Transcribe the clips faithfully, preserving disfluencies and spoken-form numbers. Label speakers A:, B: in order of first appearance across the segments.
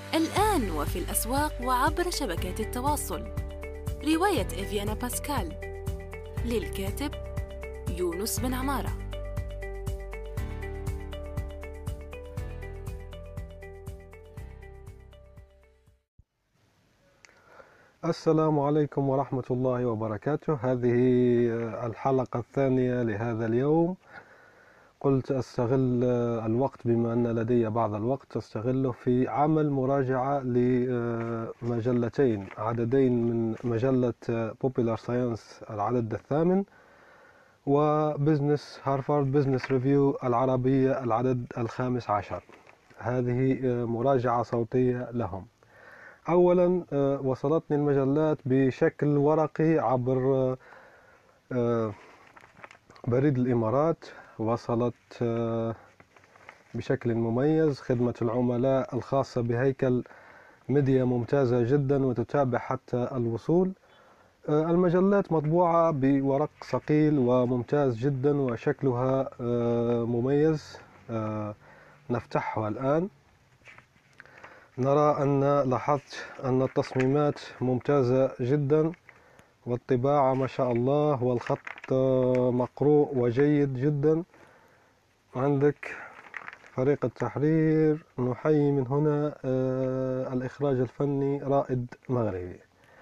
A: الآن وفي الأسواق وعبر شبكات التواصل. رواية إفيانا باسكال للكاتب يونس بن عمارة.
B: السلام عليكم ورحمة الله وبركاته. هذه الحلقة الثانية لهذا اليوم. قلت أستغل الوقت بما أن لدي بعض الوقت أستغله في عمل مراجعة لمجلتين، عددين من مجلة Popular Science العدد الثامن، وبزنس هارفارد بزنس ريفيو العربية العدد الخامس عشر. هذه مراجعة صوتية لهم. أولا وصلتني المجلات بشكل ورقي عبر بريد الإمارات، وصلت بشكل مميز. خدمة العملاء الخاصة بهيكل ميديا ممتازة جدا وتتابع حتى الوصول. المجلات مطبوعة بورق صقيل وممتاز جدا وشكلها مميز. نفتحها الآن. نرى أن لاحظت أن التصميمات ممتازة جدا والطباعة ما شاء الله، والخط مقروء وجيد جدا. عندك فريق التحرير، نحيي من هنا الإخراج الفني رائد مغربي،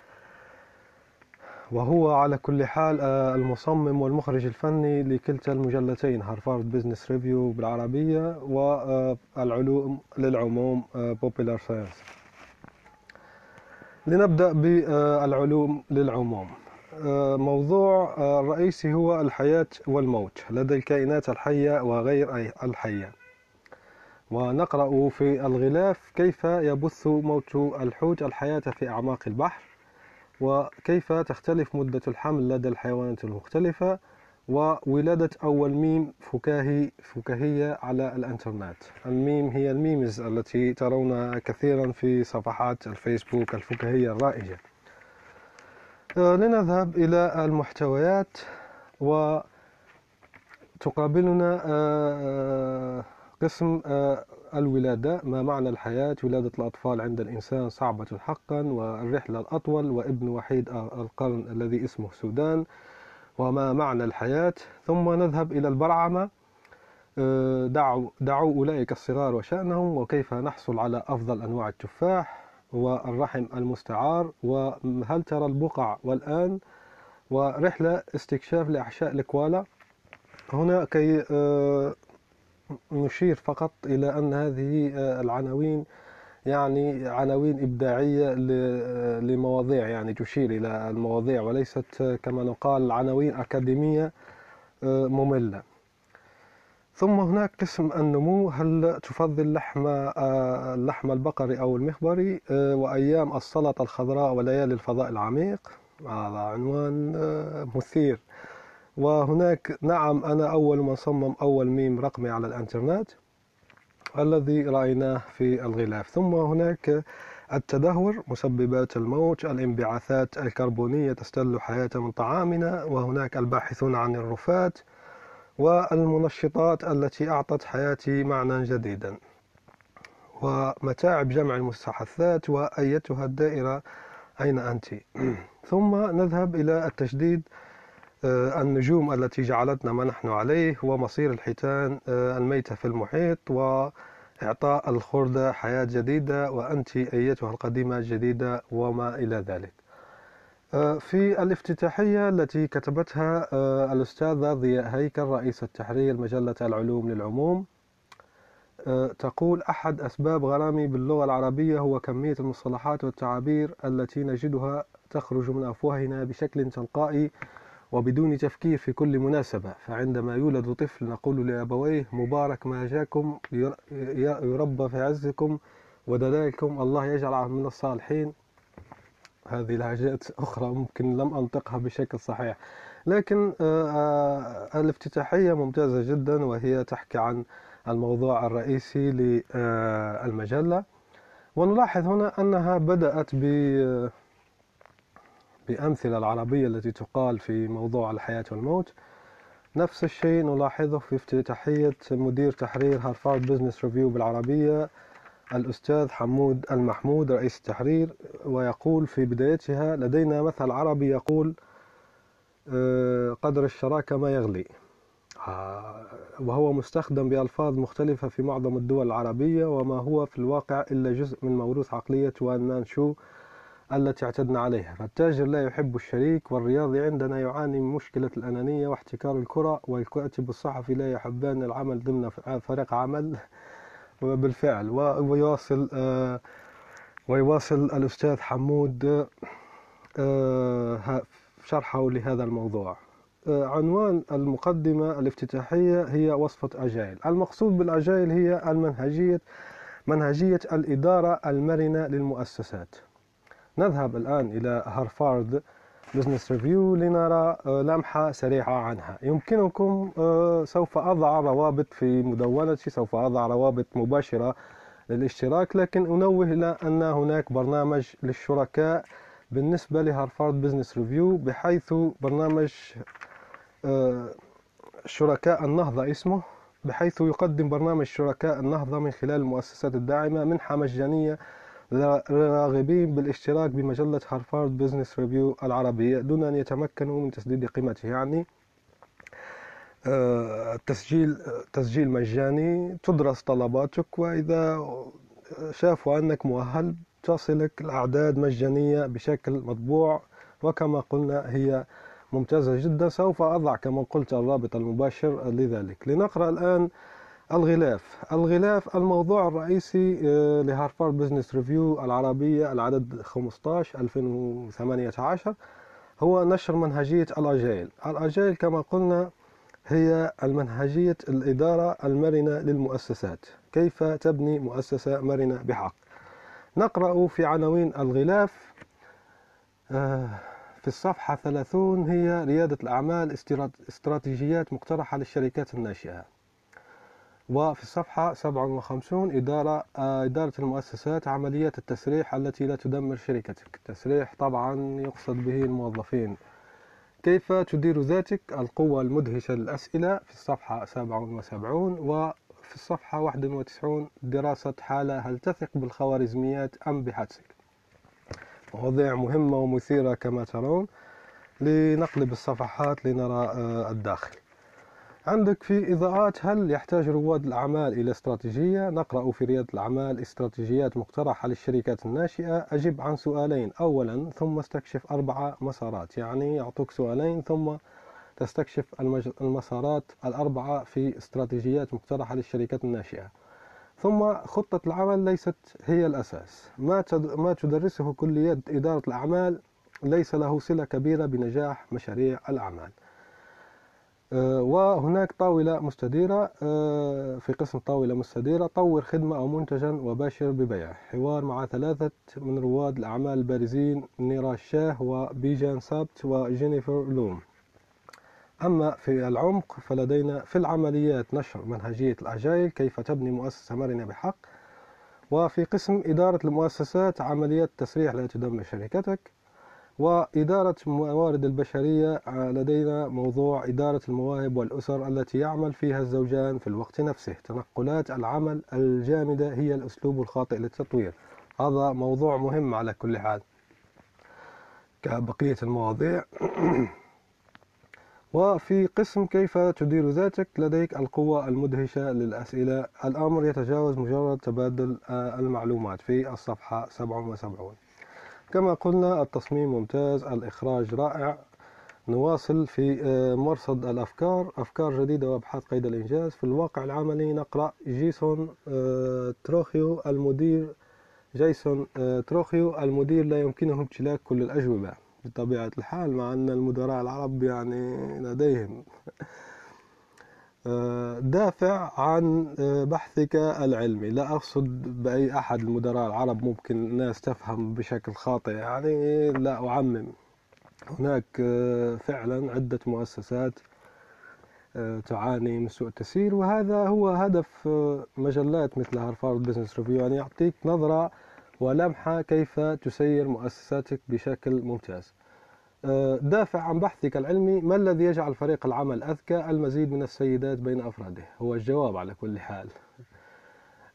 B: وهو على كل حال المصمم والمخرج الفني لكلتا المجلتين، هارفارد بزنس ريفيو بالعربية والعلوم للعموم Popular Science. لنبدأ بالعلوم للعموم. موضوع الرئيسي هو الحياة والموت لدى الكائنات الحية وغير الحية. ونقرأ في الغلاف كيف يبث موت الحوت الحياة في أعماق البحر، وكيف تختلف مدة الحمل لدى الحيوانات المختلفة، وولادة أول ميم فكاهي فكاهية على الإنترنت. الميم هي الميمز التي ترونها كثيرا في صفحات الفيسبوك الفكاهية الرائجة. لنذهب إلى المحتويات، وتقابلنا قسم الولادة. ما معنى الحياة؟ ولادة الأطفال عند الإنسان صعبة حقا، والرحلة الأطول، وابن وحيد القرن الذي اسمه سودان، وما معنى الحياة. ثم نذهب إلى البرعمة. دعوا, دعوا أولئك الصغار وشأنهم، وكيف نحصل على أفضل أنواع التفاح، والرحم المستعار، وهل ترى البقع والآن، ورحلة استكشاف لأحشاء الكوالا. هنا كي نشير فقط إلى أن هذه العناوين يعني عناوين إبداعية لمواضيع، يعني تشير إلى المواضيع وليست كما نقال عناوين أكاديمية مملة. ثم هناك قسم النمو. هل تفضل لحم اللحم البقري أو المخبري، وأيام السلطة الخضراء وليالي الفضاء العميق. هذا عنوان مثير. وهناك نعم أنا أول من صمم أول ميم رقمي على الإنترنت الذي رأيناه في الغلاف. ثم هناك التدهور، مسببات الموت، الانبعاثات الكربونية تستل حياة من طعامنا، وهناك الباحثون عن الرفات، والمنشطات التي أعطت حياتي معنى جديدا، ومتاعب جمع المستحثات، وأيتها الدائرة أين أنت. ثم نذهب إلى التشديد، النجوم التي جعلتنا ما نحن عليه، ومصير الحيتان الميتة في المحيط، وإعطاء الخردة حياة جديدة، وأنت أيتها القديمة الجديدة، وما إلى ذلك. في الافتتاحية التي كتبتها الأستاذة ضياء هيكل رئيسة تحرير مجلة العلوم للعموم، تقول: أحد أسباب غرامي باللغة العربية هو كمية المصطلحات والتعابير التي نجدها تخرج من أفواهنا بشكل تلقائي وبدون تفكير في كل مناسبة. فعندما يولد طفل نقول لأبويه: مبارك ما جاكم، يربى في عزكم ودلالكم، الله يجعله من الصالحين. هذه لهجات أخرى ممكن لم أنطقها بشكل صحيح، لكن الافتتاحية ممتازة جدا، وهي تحكي عن الموضوع الرئيسي للمجلة. ونلاحظ هنا أنها بدأت ب بأمثلة العربية التي تقال في موضوع الحياة والموت. نفس الشيء نلاحظه في افتتاحية مدير تحرير هارفارد بزنس ريفيو بالعربية، الأستاذ حمود المحمود رئيس التحرير، ويقول في بدايتها: لدينا مثل عربي يقول قدر الشراكة ما يغلي، وهو مستخدم بألفاظ مختلفة في معظم الدول العربية، وما هو في الواقع إلا جزء من موروث عقلية وان مان شو التي اعتدنا عليها. فالتاجر لا يحب الشريك، والرياضي عندنا يعاني من مشكلة الأنانية واحتكار الكرة، والكاتب الصحفي لا يحبان العمل ضمن فريق عمل. وبالفعل. ويواصل ويواصل الأستاذ حمود شرحه لهذا الموضوع. عنوان المقدمة الافتتاحية هي وصفة أجايل. المقصود بالأجايل هي المنهجية منهجية الإدارة المرنة للمؤسسات. نذهب الآن إلى هارفارد بزنس ريفيو لنرى لمحة سريعة عنها. يمكنكم سوف أضع روابط في مدونتي، سوف أضع روابط مباشرة للاشتراك، لكن أنوه إلى أن هناك برنامج للشركاء بالنسبة لهارفارد بزنس ريفيو، بحيث برنامج شركاء النهضة اسمه، بحيث يقدم برنامج شركاء النهضة من خلال المؤسسات الداعمة منحة مجانية للراغبين بالاشتراك بمجلة هارفارد بزنس ريفيو العربية دون أن يتمكنوا من تسديد قيمته. يعني التسجيل تسجيل مجاني، تدرس طلباتك، وإذا شافوا أنك مؤهل تصلك الأعداد مجانية بشكل مطبوع، وكما قلنا هي ممتازة جدا. سوف أضع كما قلت الرابط المباشر لذلك. لنقرأ الآن الغلاف. الغلاف الموضوع الرئيسي لهارفارد بزنس ريفيو العربية العدد خمسة عشر ألفين وثمانية عشر هو نشر منهجية الأجايل. الأجايل كما قلنا هي المنهجية الإدارة المرنة للمؤسسات. كيف تبني مؤسسة مرنة بحق؟ نقرأ في عناوين الغلاف. في الصفحة ثلاثين هي ريادة الأعمال، استراتيجيات مقترحة للشركات الناشئة. وفي الصفحة سبعة وخمسين إدارة إدارة المؤسسات، عمليات التسريح التي لا تدمر شركتك. التسريح طبعا يقصد به الموظفين. كيف تدير ذاتك، القوة المدهشة للأسئلة في الصفحة سبعة وسبعين. وفي الصفحة واحد وتسعين دراسة حالة، هل تثق بالخوارزميات أم بحدسك؟ مواضيع مهمة ومثيرة كما ترون. لنقلب الصفحات لنرى الداخل. عندك في إضاءات: هل يحتاج رواد الأعمال إلى استراتيجية؟ نقرأ في ريادة الأعمال استراتيجيات مقترحة للشركات الناشئة. أجب عن سؤالين أولا ثم استكشف أربع مسارات. يعني يعطوك سؤالين ثم تستكشف المسارات الأربعة في استراتيجيات مقترحة للشركات الناشئة. ثم خطة العمل ليست هي الأساس. ما ما تدرسه كليات إدارة الأعمال ليس له صلة كبيرة بنجاح مشاريع الأعمال. وهناك طاولة مستديرة. في قسم طاولة مستديرة: طور خدمة أو منتجا وباشر ببيعه. حوار مع ثلاثة من رواد الأعمال البارزين: نيراج شاه وبيجان سابت وجينيفر لوم. أما في العمق فلدينا في العمليات نشر منهجية الأجايل، كيف تبني مؤسسة مرنة بحق. وفي قسم إدارة المؤسسات: عمليات تسريح لا تدمر شركتك. وإدارة الموارد البشرية لدينا موضوع إدارة المواهب والأسر التي يعمل فيها الزوجان في الوقت نفسه. تنقلات العمل الجامدة هي الأسلوب الخاطئ للتطوير. هذا موضوع مهم على كل حال كبقية المواضيع. وفي قسم كيف تدير ذاتك لديك القوة المدهشة للأسئلة. الأمر يتجاوز مجرد تبادل المعلومات في الصفحة سبعة وسبعين. كما قلنا التصميم ممتاز، الإخراج رائع. نواصل في مرصد الأفكار، أفكار جديدة وأبحاث قيد الإنجاز. في الواقع العملي نقرأ جيسون تروخيو المدير جيسون تروخيو المدير لا يمكنه امتلاك كل الأجوبة بطبيعة الحال، مع أن المدراء العرب يعني لديهم. دافع عن بحثك العلمي. لا أقصد بأي أحد المدراء العرب، ممكن الناس تفهم بشكل خاطئ، يعني لا أعمم. هناك فعلا عدة مؤسسات تعاني من سوء التسيير، وهذا هو هدف مجلات مثل هارفارد بزنس ريفيو، أن يعطيك نظرة ولمحة كيف تسير مؤسساتك بشكل ممتاز. دافع عن بحثك العلمي. ما الذي يجعل فريق العمل أذكى؟ المزيد من السيدات بين أفراده. هو الجواب على كل حال.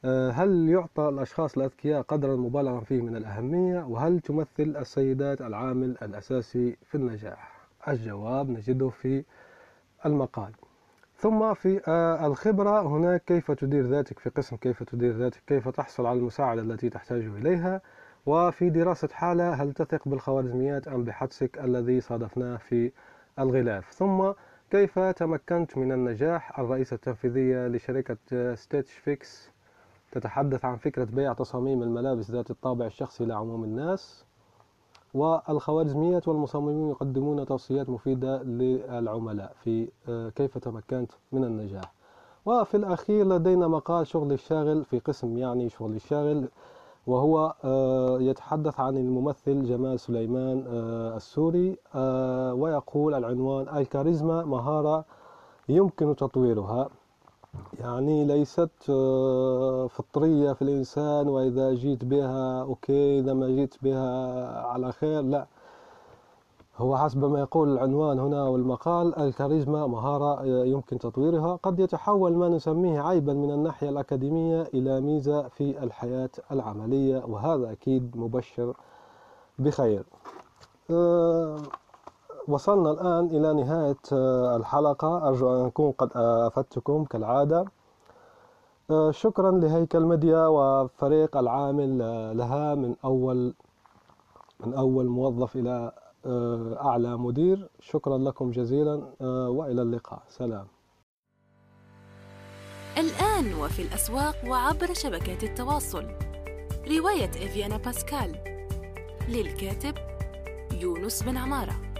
B: هل يعطى الأشخاص الأذكياء قدرا مبالغا فيه من الأهمية؟ وهل تمثل السيدات العامل الأساسي في النجاح؟ الجواب نجده في المقال. ثم في الخبرة هناك كيف تدير ذاتك، في قسم كيف تدير ذاتك، كيف تحصل على المساعدة التي تحتاج إليها. وفي دراسة حالة، هل تثق بالخوارزميات أم بحدسك الذي صادفناه في الغلاف. ثم كيف تمكنت من النجاح، الرئيسة التنفيذية لشركة ستيتش فيكس تتحدث عن فكرة بيع تصاميم الملابس ذات الطابع الشخصي لعموم الناس. والخوارزميات والمصممين يقدمون توصيات مفيدة للعملاء في كيف تمكنت من النجاح. وفي الأخير لدينا مقال شغلي الشاغل في قسم يعني شغلي الشاغل، وهو يتحدث عن الممثل جمال سليمان السوري، ويقول العنوان: الكاريزما مهارة يمكن تطويرها، يعني ليست فطرية في الإنسان وإذا جيت بها أوكي، إذا ما جيت بها على خير، لا، هو حسب ما يقول العنوان هنا والمقال: الكاريزما مهارة يمكن تطويرها، قد يتحول ما نسميه عيبا من الناحية الأكاديمية إلى ميزة في الحياة العملية، وهذا أكيد مبشر بخير. أه وصلنا الآن إلى نهاية الحلقة، أرجو أن أكون قد أفدتكم كالعادة. شكرا لهيكل ميديا وفريق العامل لها من أول من أول موظف إلى أعلى مدير. شكرا لكم جزيلا وإلى اللقاء. سلام.
A: الآن وفي الأسواق وعبر شبكات التواصل، رواية إفيانا باسكال، للكاتب يونس بن عمارة.